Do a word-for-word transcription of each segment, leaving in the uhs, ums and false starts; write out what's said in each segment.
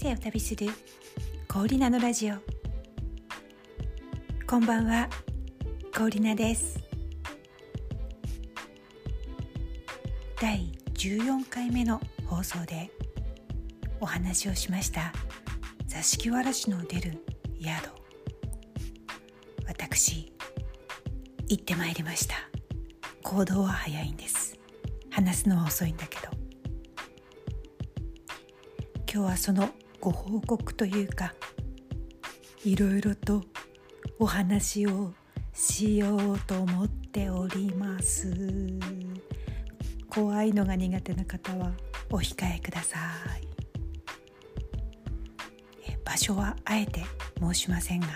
生を旅するコーリナのラジオ。こんばんは、コーリナです。だいじゅうよんかいめの放送でお話をしました座敷わらしの出る宿、私行ってまいりました。行動は早いんです。話すのは遅いんだけど、今日はそのご報告というか、いろいろとお話をしようと思っております。怖いのが苦手な方はお控えください。え場所はあえて申しませんが、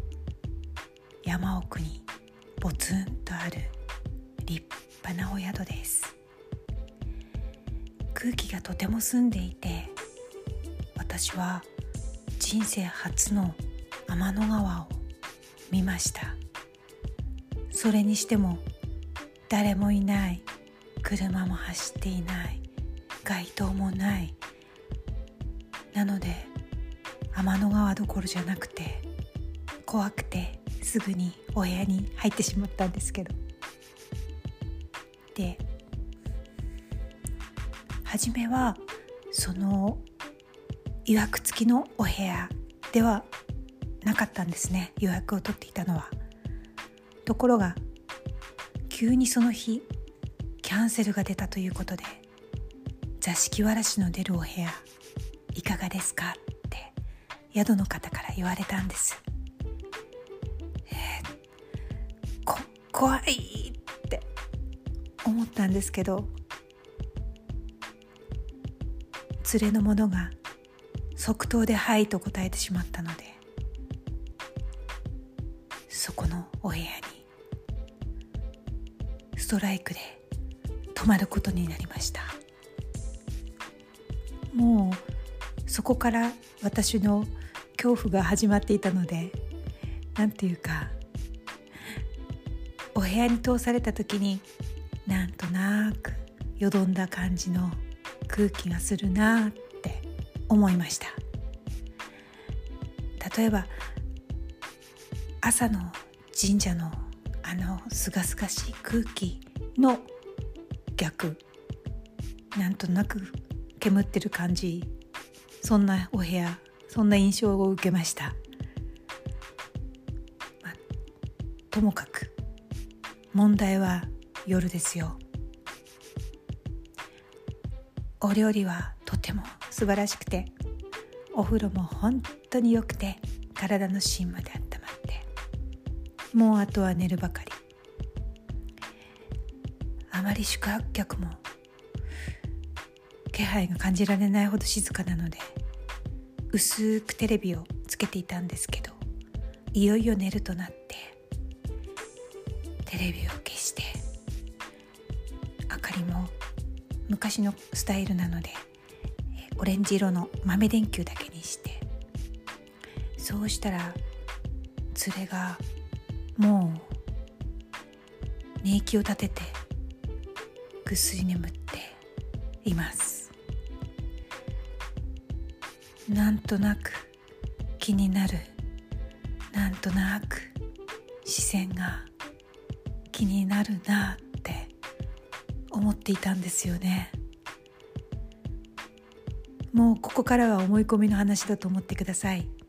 山奥にポツンとある立派なお宿です。空気がとても澄んでいて、私は人生初の天の川を見ました。それにしても誰もいない、車も走っていない、街灯もない。なので天の川どころじゃなくて、怖くてすぐにお部屋に入ってしまったんですけど、で初めはその予約付きのお部屋ではなかったんですね。予約を取っていたのは。ところが急にその日キャンセルが出たということで、座敷わらしの出るお部屋いかがですかって宿の方から言われたんです。えー、こ怖いって思ったんですけど、連れの者が即答ではいと答えてしまったので、そこのお部屋にストライクで泊まることになりました。もうそこから私の恐怖が始まっていたので、なんていうか、お部屋に通された時になんとなくよどんだ感じの空気がするなって思いました。例えば朝の神社のあのすがすがしい空気の逆、なんとなく煙ってる感じ、そんなお部屋、そんな印象を受けました。まあ、ともかく問題は夜ですよ。お料理はとても素晴らしくて、お風呂も本当に良くて、体の芯まで温まって、もうあとは寝るばかり。あまり宿泊客も気配が感じられないほど静かなので、薄くテレビをつけていたんですけど、いよいよ寝るとなってテレビを消して、明かりも昔のスタイルなのでオレンジ色の豆電球だけにして、そうしたら連れがもう寝息を立ててぐっすり眠っています。なんとなく気になる、なんとなく視線が気になるなって思っていたんですよね。もうここからは思い込みの話だと思ってください。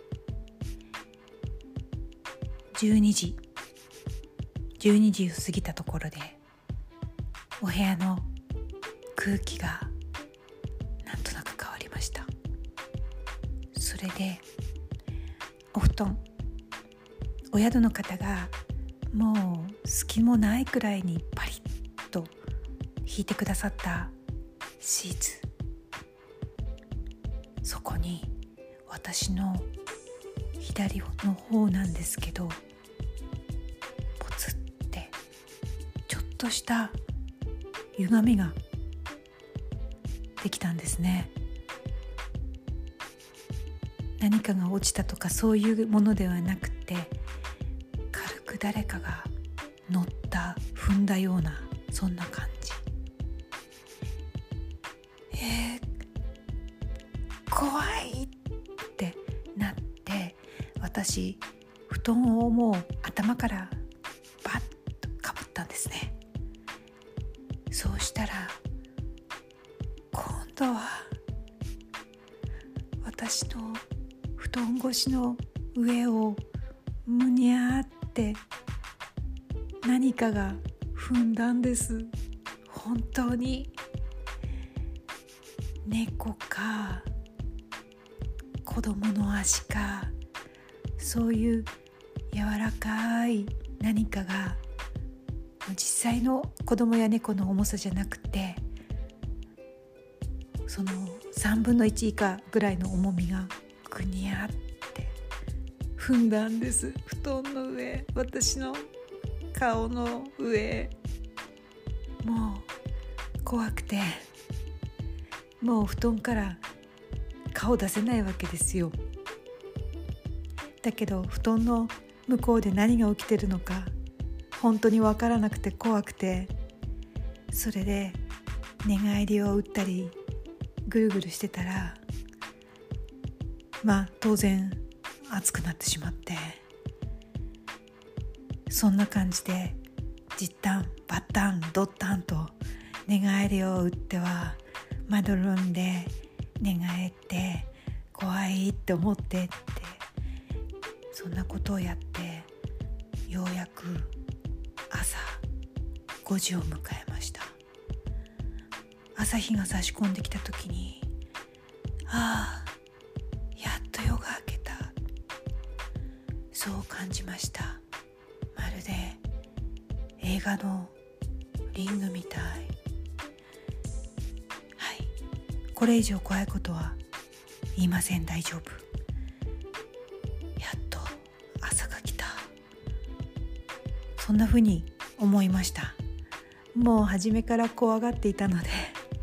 じゅうにじじゅうにじを過ぎたところで、お部屋の空気がなんとなく変わりました。それでお布団、お宿の方がもう隙もないくらいにパリッと引いてくださったシーツ、そこに私の左の方なんですけど、ポツってちょっとした歪みができたんですね。何かが落ちたとかそういうものではなくて、軽く誰かが乗った踏んだような、そんな感じ。えー、怖いっ私布団をもう頭からバッとかぶったんですね。そうしたら今度は私の布団越しの上をむにゃーって何かが踏んだんです。本当に猫か子供の足か、そういう柔らかい何かが、実際の子供や猫の重さじゃなくて、そのさんぶんのいち以下ぐらいの重みがぐにゃって踏んだんです。布団の上、私の顔の上。もう怖くて、もう布団から顔出せないわけですよ。だけど布団の向こうで何が起きてるのか本当に分からなくて怖くて、それで寝返りを打ったりぐるぐるしてたら、まあ当然熱くなってしまって、そんな感じでじったんばったんどったんと寝返りを打ってはまどろんで寝返って怖いって思ってって、そんなことをやってようやく朝ごじを迎えました。朝日が差し込んできた時に、ああやっと夜が明けた、そう感じました。まるで映画のリングみたい。はい、これ以上怖いことは言いません。大丈夫。やっと朝が来た、そんなふうに思いました。もう初めから怖がっていたので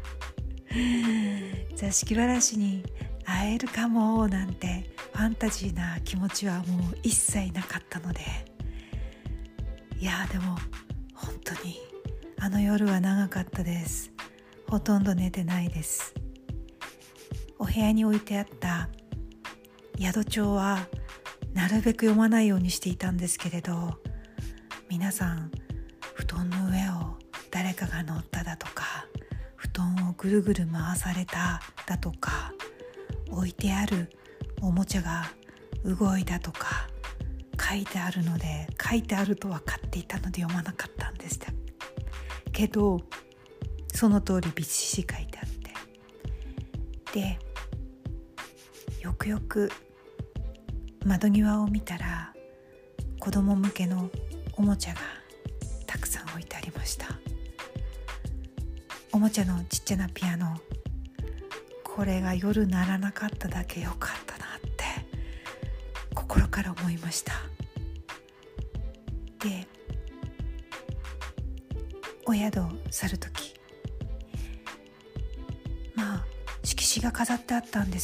座敷わらしに会えるかもなんてファンタジーな気持ちはもう一切なかったので、いやでも本当にあの夜は長かったです。ほとんど寝てないです。お部屋に置いてあった宿帳はなるべく読まないようにしていたんですけれど、皆さん布団の上を誰かが乗っただとか、布団をぐるぐる回されただとか、置いてあるおもちゃが動いたとか書いてあるので、書いてあると分かっていたので読まなかったんですけど、その通りびっしり書いてあって、でよくよく窓際を見たら子供向けのおもちゃがたくさん置いてありました。おもちゃのちっちゃなピアノ、これが夜鳴らなかっただけよかったなって心から思いました。でお宿を去るとき、まあ色紙が飾ってあったんです。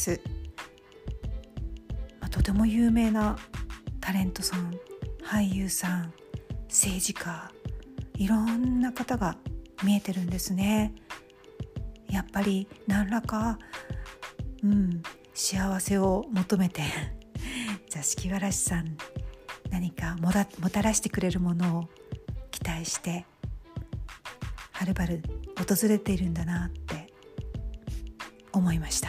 まあ、とても有名なタレントさん、俳優さん、政治家、いろんな方が見えてるんですね。やっぱり何らか、うん、幸せを求めて座敷わらしさん何かもらもたらしてくれるものを期待してはるばる訪れているんだなって思いました。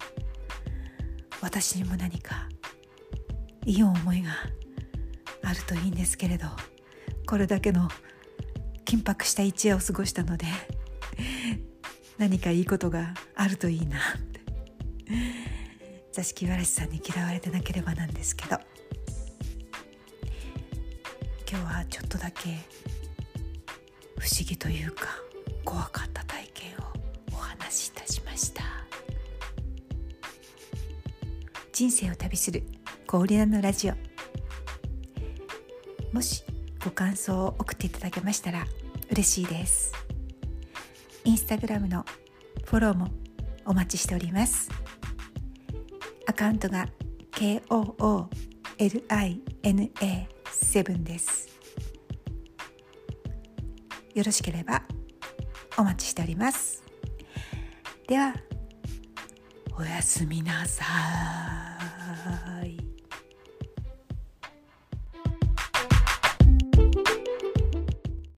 私にも何かいい思いがあるといいんですけれど、これだけの緊迫した一夜を過ごしたので何かいいことがあるといいなって座敷わらしさんに嫌われてなければなんですけど、今日はちょっとだけ不思議というか怖かった体験をお話しいたしました。人生を旅するコーリナのラジオ、もしご感想を送っていただけましたら嬉しいです。インスタグラムのフォローもお待ちしております。アカウントが ケーオーオーエルアイエヌエーセブン です。よろしければお待ちしております。ではおやすみなさい。